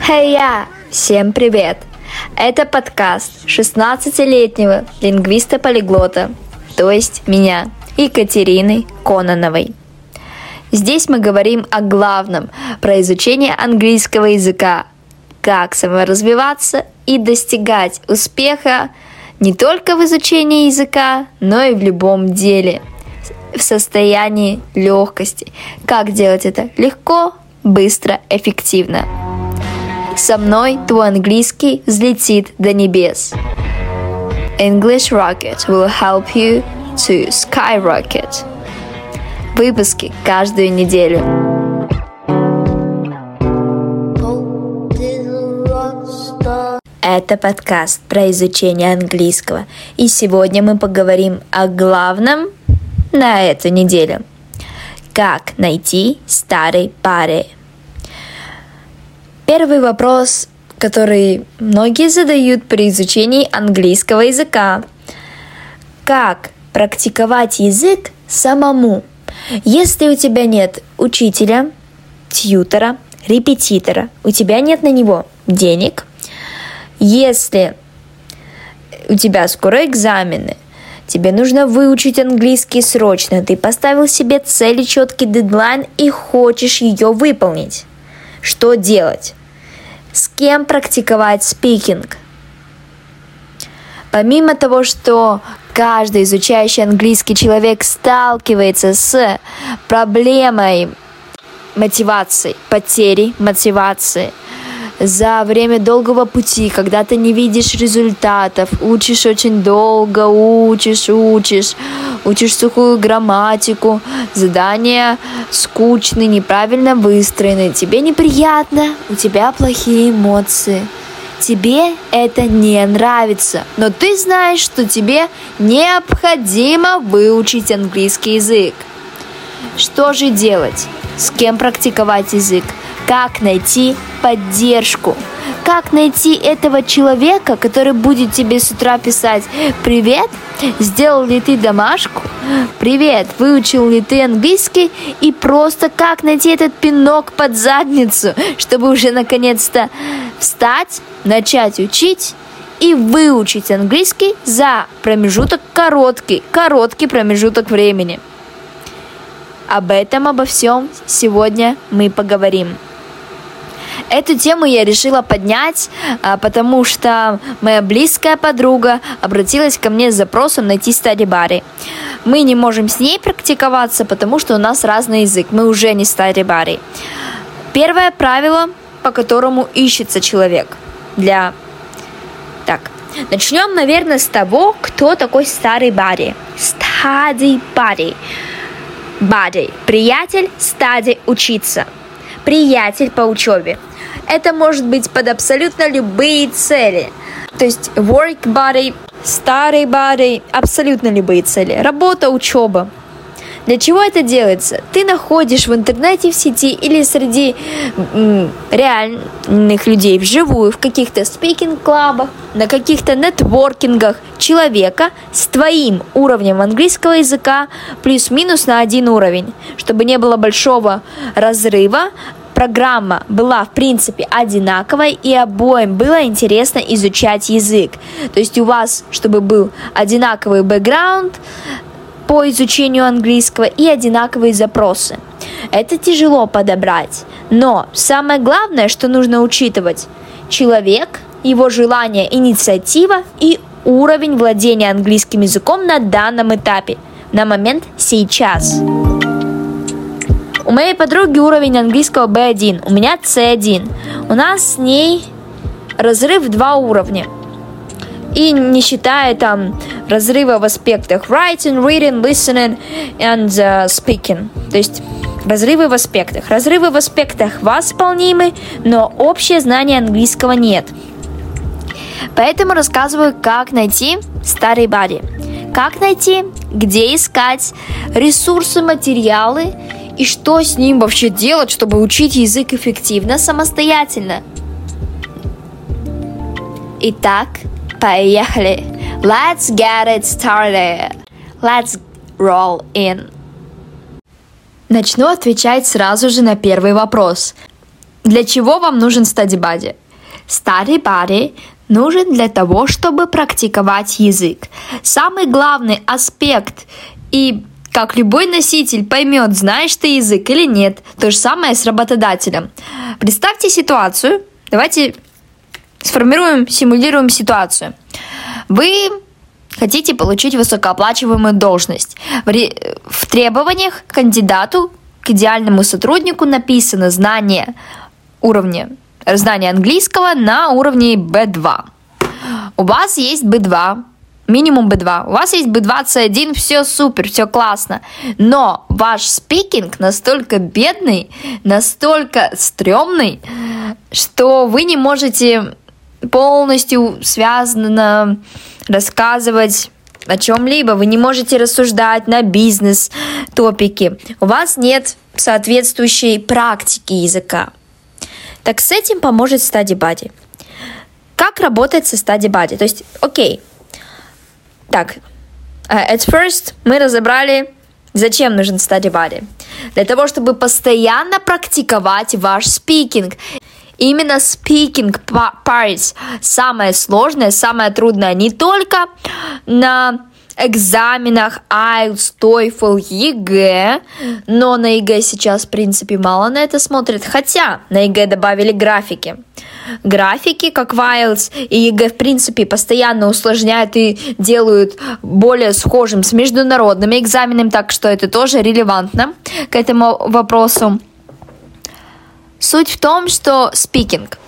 Всем привет! Это подкаст 16-летнего лингвиста-полиглота, то есть меня, Екатерины Кононовой. Здесь мы говорим о главном про изучение английского языка, как саморазвиваться и достигать успеха не только в изучении языка, но и в любом деле, в состоянии легкости. Как делать это легко, быстро, эффективно. Со мной твой английский взлетит до небес. English Rocket will help you to skyrocket. Выпуски каждую неделю. Это подкаст про изучение английского. И сегодня мы поговорим о главном на эту неделю. Как найти старый пари. Первый вопрос, который многие задают при изучении английского языка. Как практиковать язык самому? Если у тебя нет учителя, тьютора, репетитора, у тебя нет на него денег, если у тебя скоро экзамены, тебе нужно выучить английский срочно, ты поставил себе цель и четкий дедлайн и хочешь ее выполнить. Что делать? С кем практиковать спикинг? Помимо того, что каждый изучающий английский человек сталкивается с проблемой мотивации, потери мотивации, за время долгого пути, когда ты не видишь результатов, учишь очень долго, учишь сухую грамматику, задания скучные, неправильно выстроены, тебе неприятно, у тебя плохие эмоции. Тебе это не нравится, но ты знаешь, что тебе необходимо выучить английский язык. Что же делать? С кем практиковать язык? Как найти поддержку? Как найти этого человека, который будет тебе с утра писать: «Привет, сделал ли ты домашку? Привет, выучил ли ты английский?» И просто как найти этот пинок под задницу, чтобы уже наконец-то встать, начать учить и выучить английский за промежуток короткий промежуток времени. Обо всем сегодня мы поговорим. Эту тему я решила поднять, потому что моя близкая подруга обратилась ко мне с запросом найти study buddy. Мы не можем с ней практиковаться, потому что у нас разный язык, мы уже не study buddy. Первое правило, по которому ищется человек начнем, наверное, с того, кто такой старый buddy. Study buddy. Buddy – приятель, study – учиться. Приятель по учебе. Это может быть под абсолютно любые цели. То есть work buddy, старый buddy, абсолютно любые цели. Работа, учеба. Для чего это делается? Ты находишь в интернете, в сети или среди реальных людей вживую, в каких-то спикинг-клабах, на каких-то нетворкингах человека с твоим уровнем английского языка плюс-минус на один уровень. Чтобы не было большого разрыва, программа была, в принципе, одинаковой, и обоим было интересно изучать язык. То есть у вас, чтобы был одинаковый бэкграунд по изучению английского и одинаковые запросы. Это тяжело подобрать, но самое главное, что нужно учитывать: человек, его желание, инициатива и уровень владения английским языком на данном этапе, на момент сейчас. У моей подруги уровень английского B1, у меня C1. У нас с ней разрыв в 2 уровня. И не считая там разрыва в аспектах writing, reading, listening and speaking. То есть разрывы в аспектах. Разрывы в аспектах восполнимы, но общее знание английского нет. Поэтому рассказываю, как найти старый buddy. Как найти, где искать ресурсы, материалы и что с ним вообще делать, чтобы учить язык эффективно самостоятельно. Итак, поехали! Let's get it started! Let's roll in! Начну отвечать сразу же на первый вопрос. Для чего вам нужен Study Buddy? Study Buddy нужен для того, чтобы практиковать язык. Самый главный аспект, и как любой носитель поймет, знаешь ты язык или нет, то же самое с работодателем. Представьте ситуацию, давайте симулируем ситуацию. Вы хотите получить высокооплачиваемую должность. В требованиях к кандидату, к идеальному сотруднику написано знание английского на уровне B2. У вас есть B2, минимум B2. У вас есть B2, C1, все супер, все классно. Но ваш спикинг настолько бедный, настолько стрёмный, что вы не можете полностью связанно рассказывать о чем-либо. Вы не можете рассуждать на бизнес-топике. У вас нет соответствующей практики языка. Так с этим поможет Study Buddy. Как работает со Study Buddy? То есть, окей. Так, at first мы разобрали, зачем нужен Study Buddy. Для того, чтобы постоянно практиковать ваш спикинг. Именно speaking parts самое сложное, самое трудное не только на экзаменах IELTS, TOEFL, ЕГЭ, но на ЕГЭ сейчас, в принципе, мало на это смотрят, хотя на ЕГЭ добавили графики. Графики, как в IELTS и ЕГЭ, в принципе, постоянно усложняют и делают более схожим с международными экзаменами, так что это тоже релевантно к этому вопросу. Суть в том, что спикинг.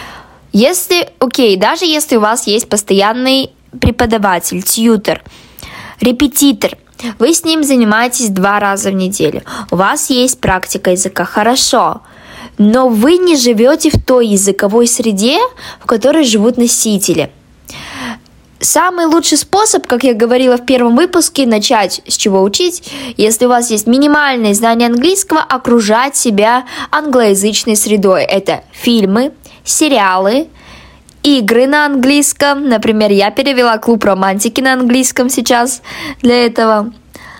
Даже если у вас есть постоянный преподаватель, тьютер, репетитор, вы с ним занимаетесь 2 раза в неделю, у вас есть практика языка, хорошо, но вы не живете в той языковой среде, в которой живут носители. Самый лучший способ, как я говорила в первом выпуске, начать с чего учить, если у вас есть минимальное знание английского, окружать себя англоязычной средой. Это фильмы, сериалы, игры на английском. Например, я перевела «Клуб романтики» на английском сейчас для этого.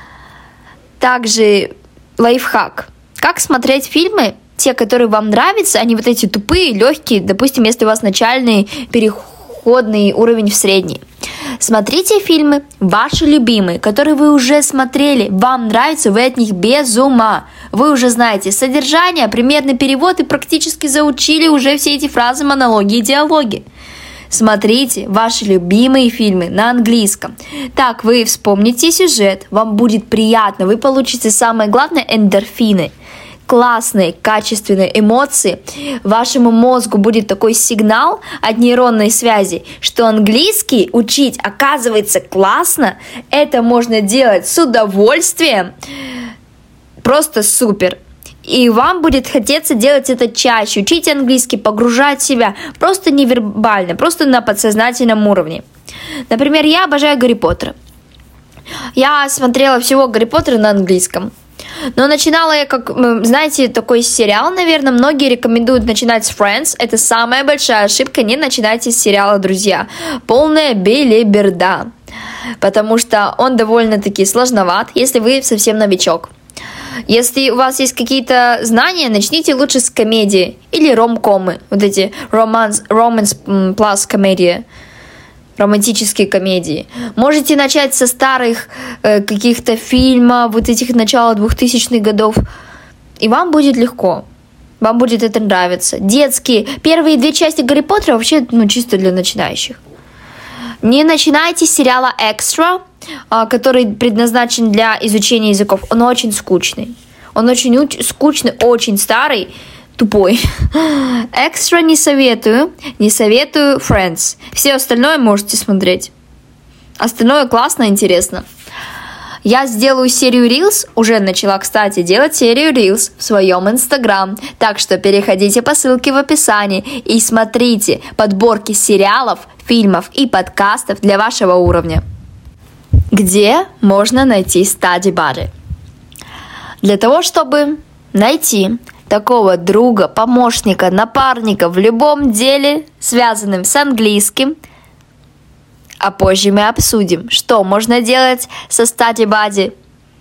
Также лайфхак. Как смотреть фильмы, те, которые вам нравятся, а не вот эти тупые, легкие, допустим, если у вас начальный переходный уровень в средний. Смотрите фильмы, ваши любимые, которые вы уже смотрели, вам нравятся, вы от них без ума. Вы уже знаете содержание, примерный перевод и практически заучили уже все эти фразы, монологи и диалоги. Смотрите ваши любимые фильмы на английском. Так вы вспомните сюжет, вам будет приятно, вы получите самое главное эндорфины. Классные, качественные эмоции, вашему мозгу будет такой сигнал от нейронной связи, что английский учить оказывается классно, это можно делать с удовольствием, просто супер. И вам будет хотеться делать это чаще, учить английский, погружать себя, просто невербально, просто на подсознательном уровне. Например, я обожаю Гарри Поттера. Я смотрела всего Гарри Поттера на английском. Но начинала я, как, знаете, такой сериал, наверное, многие рекомендуют начинать с Friends. Это самая большая ошибка, не начинайте с сериала «Друзья». Полная белиберда, потому что он довольно-таки сложноват, если вы совсем новичок. Если у вас есть какие-то знания, начните лучше с комедии или ромкомы, вот эти romance plus комедия. Романтические комедии. Можете начать со старых каких-то фильмов, вот этих начала 2000-х годов, и вам будет легко. Вам будет это нравиться. Детские. Первые 2 части Гарри Поттера вообще чисто для начинающих. Не начинайте с сериала «Экстра», который предназначен для изучения языков. Он очень скучный. Он очень скучный, очень старый, тупой. Экстра не советую Friends. Все остальное можете смотреть. Остальное классно, интересно. Я сделаю серию Reels, уже начала, кстати, делать серию Reels в своем Instagram. Так что переходите по ссылке в описании и смотрите подборки сериалов, фильмов и подкастов для вашего уровня. Где можно найти Study Buddy? Для того, чтобы найти такого друга, помощника, напарника в любом деле, связанном с английским, а позже мы обсудим, что можно делать со Study Buddy.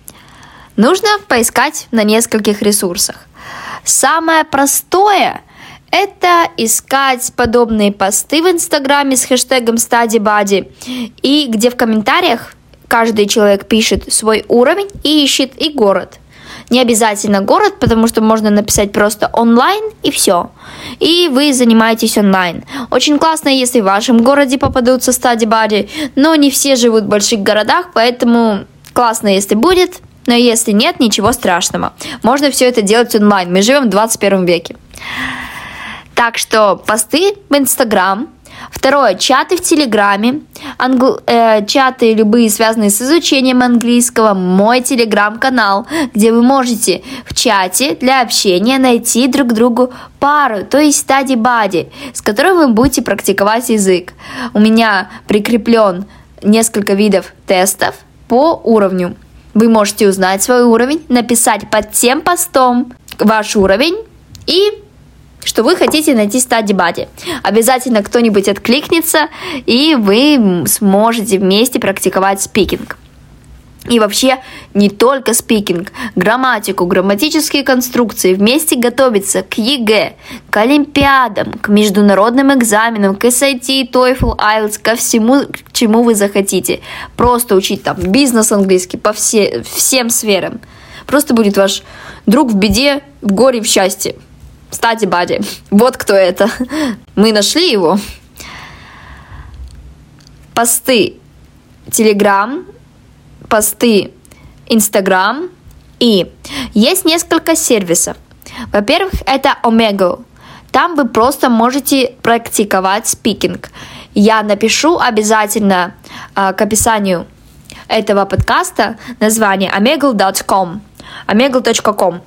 Нужно поискать на нескольких ресурсах. Самое простое Это искать подобные посты в Инстаграме с хэштегом StudyBuddy, и где в комментариях каждый человек пишет свой уровень и ищет и город. Не обязательно город, потому что можно написать просто онлайн и все. И вы занимаетесь онлайн. Очень классно, если в вашем городе попадутся StudyBuddy, но не все живут в больших городах, поэтому классно, если будет, но если нет, ничего страшного. Можно все это делать онлайн. Мы живем в 21 веке. Так что посты в Инстаграм. Второе, чаты в Телеграме, чаты любые, связанные с изучением английского, мой Телеграм-канал, где вы можете в чате для общения найти друг другу пару, то есть StudyBuddy, с которым вы будете практиковать язык. У меня прикреплен несколько видов тестов по уровню. Вы можете узнать свой уровень, написать под тем постом ваш уровень и что вы хотите найти StudyBuddy. Обязательно кто-нибудь откликнется, и вы сможете вместе практиковать спикинг. И вообще не только спикинг, грамматику, грамматические конструкции, вместе готовиться к ЕГЭ, к олимпиадам, к международным экзаменам, к SAT, TOEFL, IELTS, ко всему, к чему вы захотите. Просто учить там бизнес английский по всем сферам. Просто будет ваш друг в беде, в горе, в счастье. StudyBuddy. Вот кто это. Мы нашли его. Посты Telegram, посты Instagram. И есть несколько сервисов. Во-первых, это Omegle. Там вы просто можете практиковать спикинг. Я напишу обязательно к описанию этого подкаста название omegle.com. omegle.com.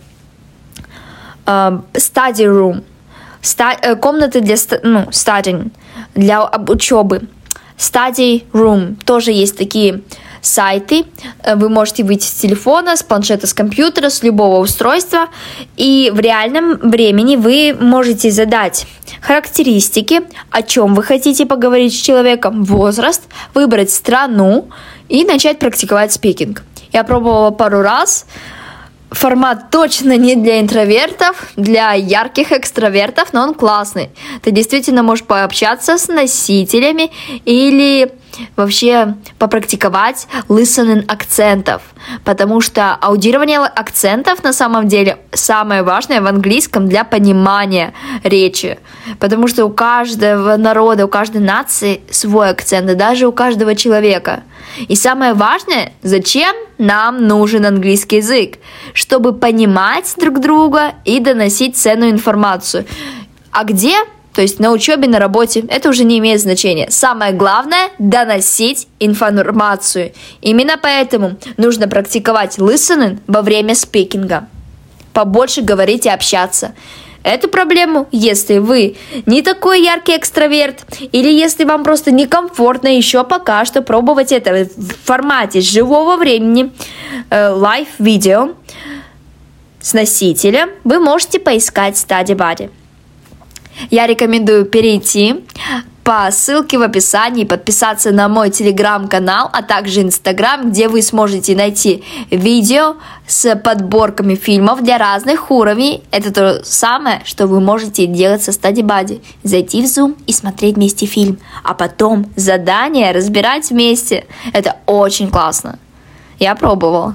Study room, комнаты для studying, для учебы. Study room, тоже есть такие сайты. Вы можете выйти с телефона, с планшета, с компьютера, с любого устройства, и в реальном времени вы можете задать характеристики, о чем вы хотите поговорить с человеком, возраст, выбрать страну и начать практиковать спикинг. Я пробовала пару раз. Формат точно не для интровертов, для ярких экстравертов, но он классный. Ты действительно можешь пообщаться с носителями или вообще попрактиковать listening акцентов, потому что аудирование акцентов на самом деле самое важное в английском для понимания речи, потому что у каждого народа, у каждой нации свой акцент, и даже у каждого человека. И самое важное, зачем нам нужен английский язык? Чтобы понимать друг друга и доносить ценную информацию. А где? То есть на учебе, на работе, это уже не имеет значения. Самое главное – доносить информацию. Именно поэтому нужно практиковать listening во время спикинга. Побольше говорить и общаться. Эту проблему, если вы не такой яркий экстраверт, или если вам просто некомфортно еще пока что пробовать это в формате живого времени, лайв-видео с носителем, вы можете поискать StudyBuddy. Я рекомендую перейти по ссылке в описании, подписаться на мой телеграм-канал, а также инстаграм, где вы сможете найти видео с подборками фильмов для разных уровней. Это то самое, что вы можете делать со StudyBuddy. Зайти в Zoom и смотреть вместе фильм, а потом задания разбирать вместе. Это очень классно. Я пробовала.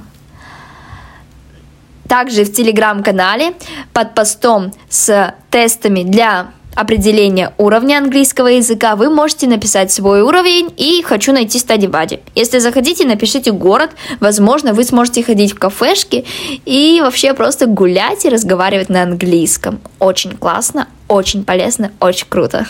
Также в телеграм-канале под постом с тестами для определения уровня английского языка вы можете написать свой уровень и «хочу найти StudyBuddy». Если захотите, напишите город. Возможно, вы сможете ходить в кафешки и вообще просто гулять и разговаривать на английском. Очень классно, очень полезно, очень круто.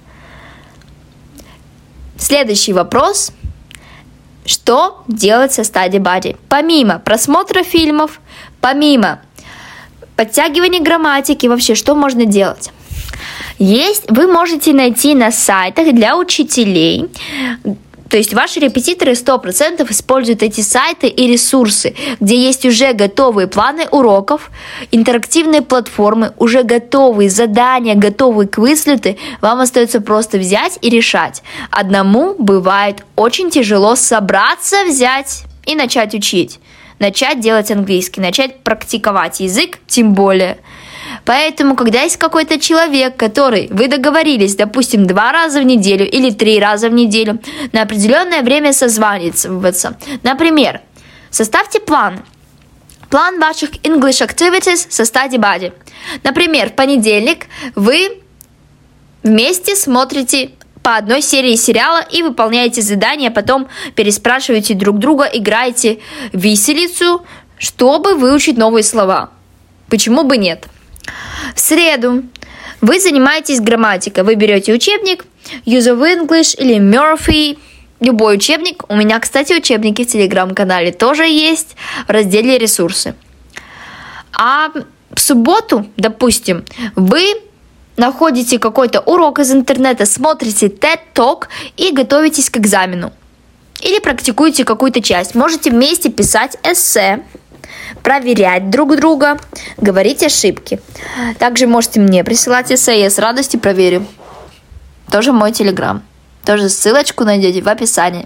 Следующий вопрос. Что делать со StudyBuddy? Помимо просмотра фильмов, помимо подтягивания грамматики, вообще что можно делать? Вы можете найти на сайтах для учителей, то есть ваши репетиторы 100% используют эти сайты и ресурсы, где есть уже готовые планы уроков, интерактивные платформы, уже готовые задания, готовые квизлеты. Вам остается просто взять и решать. Одному бывает очень тяжело собраться, взять и начать учить. Начать делать английский, начать практиковать язык, тем более. Поэтому, когда есть какой-то человек, который вы договорились, допустим, 2 раза в неделю или 3 раза в неделю, на определенное время созваниваться. Например, составьте план ваших English Activities со Study Buddy. Например, в понедельник вы вместе смотрите по одной серии сериала и выполняете задания, потом переспрашиваете друг друга, играете в виселицу, чтобы выучить новые слова. Почему бы нет? В среду вы занимаетесь грамматикой. Вы берете учебник Use of English или Murphy, любой учебник. У меня, кстати, учебники в телеграм-канале тоже есть в разделе «Ресурсы». А в субботу, допустим, вы находите какой-то урок из интернета, смотрите TED Talk и готовитесь к экзамену. Или практикуете какую-то часть. Можете вместе писать эссе, проверять друг друга, говорить ошибки. Также можете мне присылать эссе, я с радостью проверю. Тоже мой телеграм. Тоже ссылочку найдете в описании.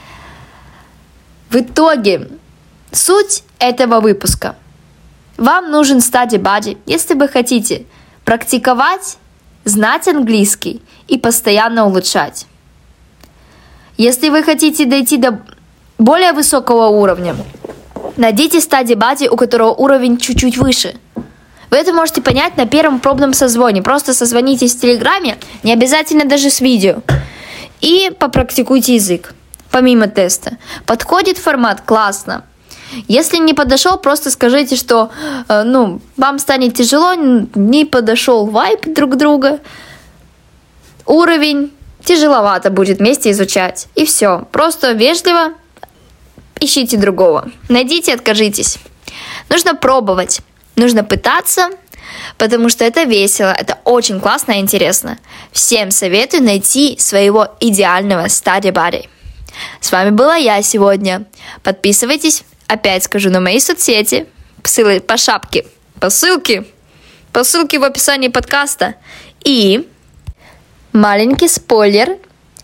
В итоге, суть этого выпуска. Вам нужен Study Buddy, если вы хотите практиковать, знать английский и постоянно улучшать. Если вы хотите дойти до более высокого уровня, найдите Study Buddy, у которого уровень чуть-чуть выше. Вы это можете понять на первом пробном созвоне. Просто созвонитесь в Телеграме, не обязательно даже с видео, и попрактикуйте язык, помимо теста. Подходит формат? Классно. Если не подошел, просто скажите, что вам станет тяжело, не подошел вайб друг друга, уровень, тяжеловато будет вместе изучать. И все. Просто вежливо ищите другого. Найдите, откажитесь. Нужно пробовать, нужно пытаться, потому что это весело, это очень классно и интересно. Всем советую найти своего идеального Study Buddy. С вами была я сегодня. Подписывайтесь. Опять скажу, на мои соцсети, по шапке, по ссылке в описании подкаста. И маленький спойлер.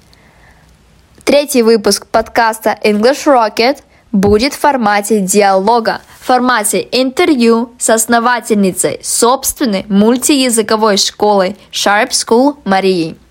3-й выпуск подкаста English Rocket будет в формате диалога, в формате интервью с основательницей собственной мультиязыковой школы Sharp School Марией.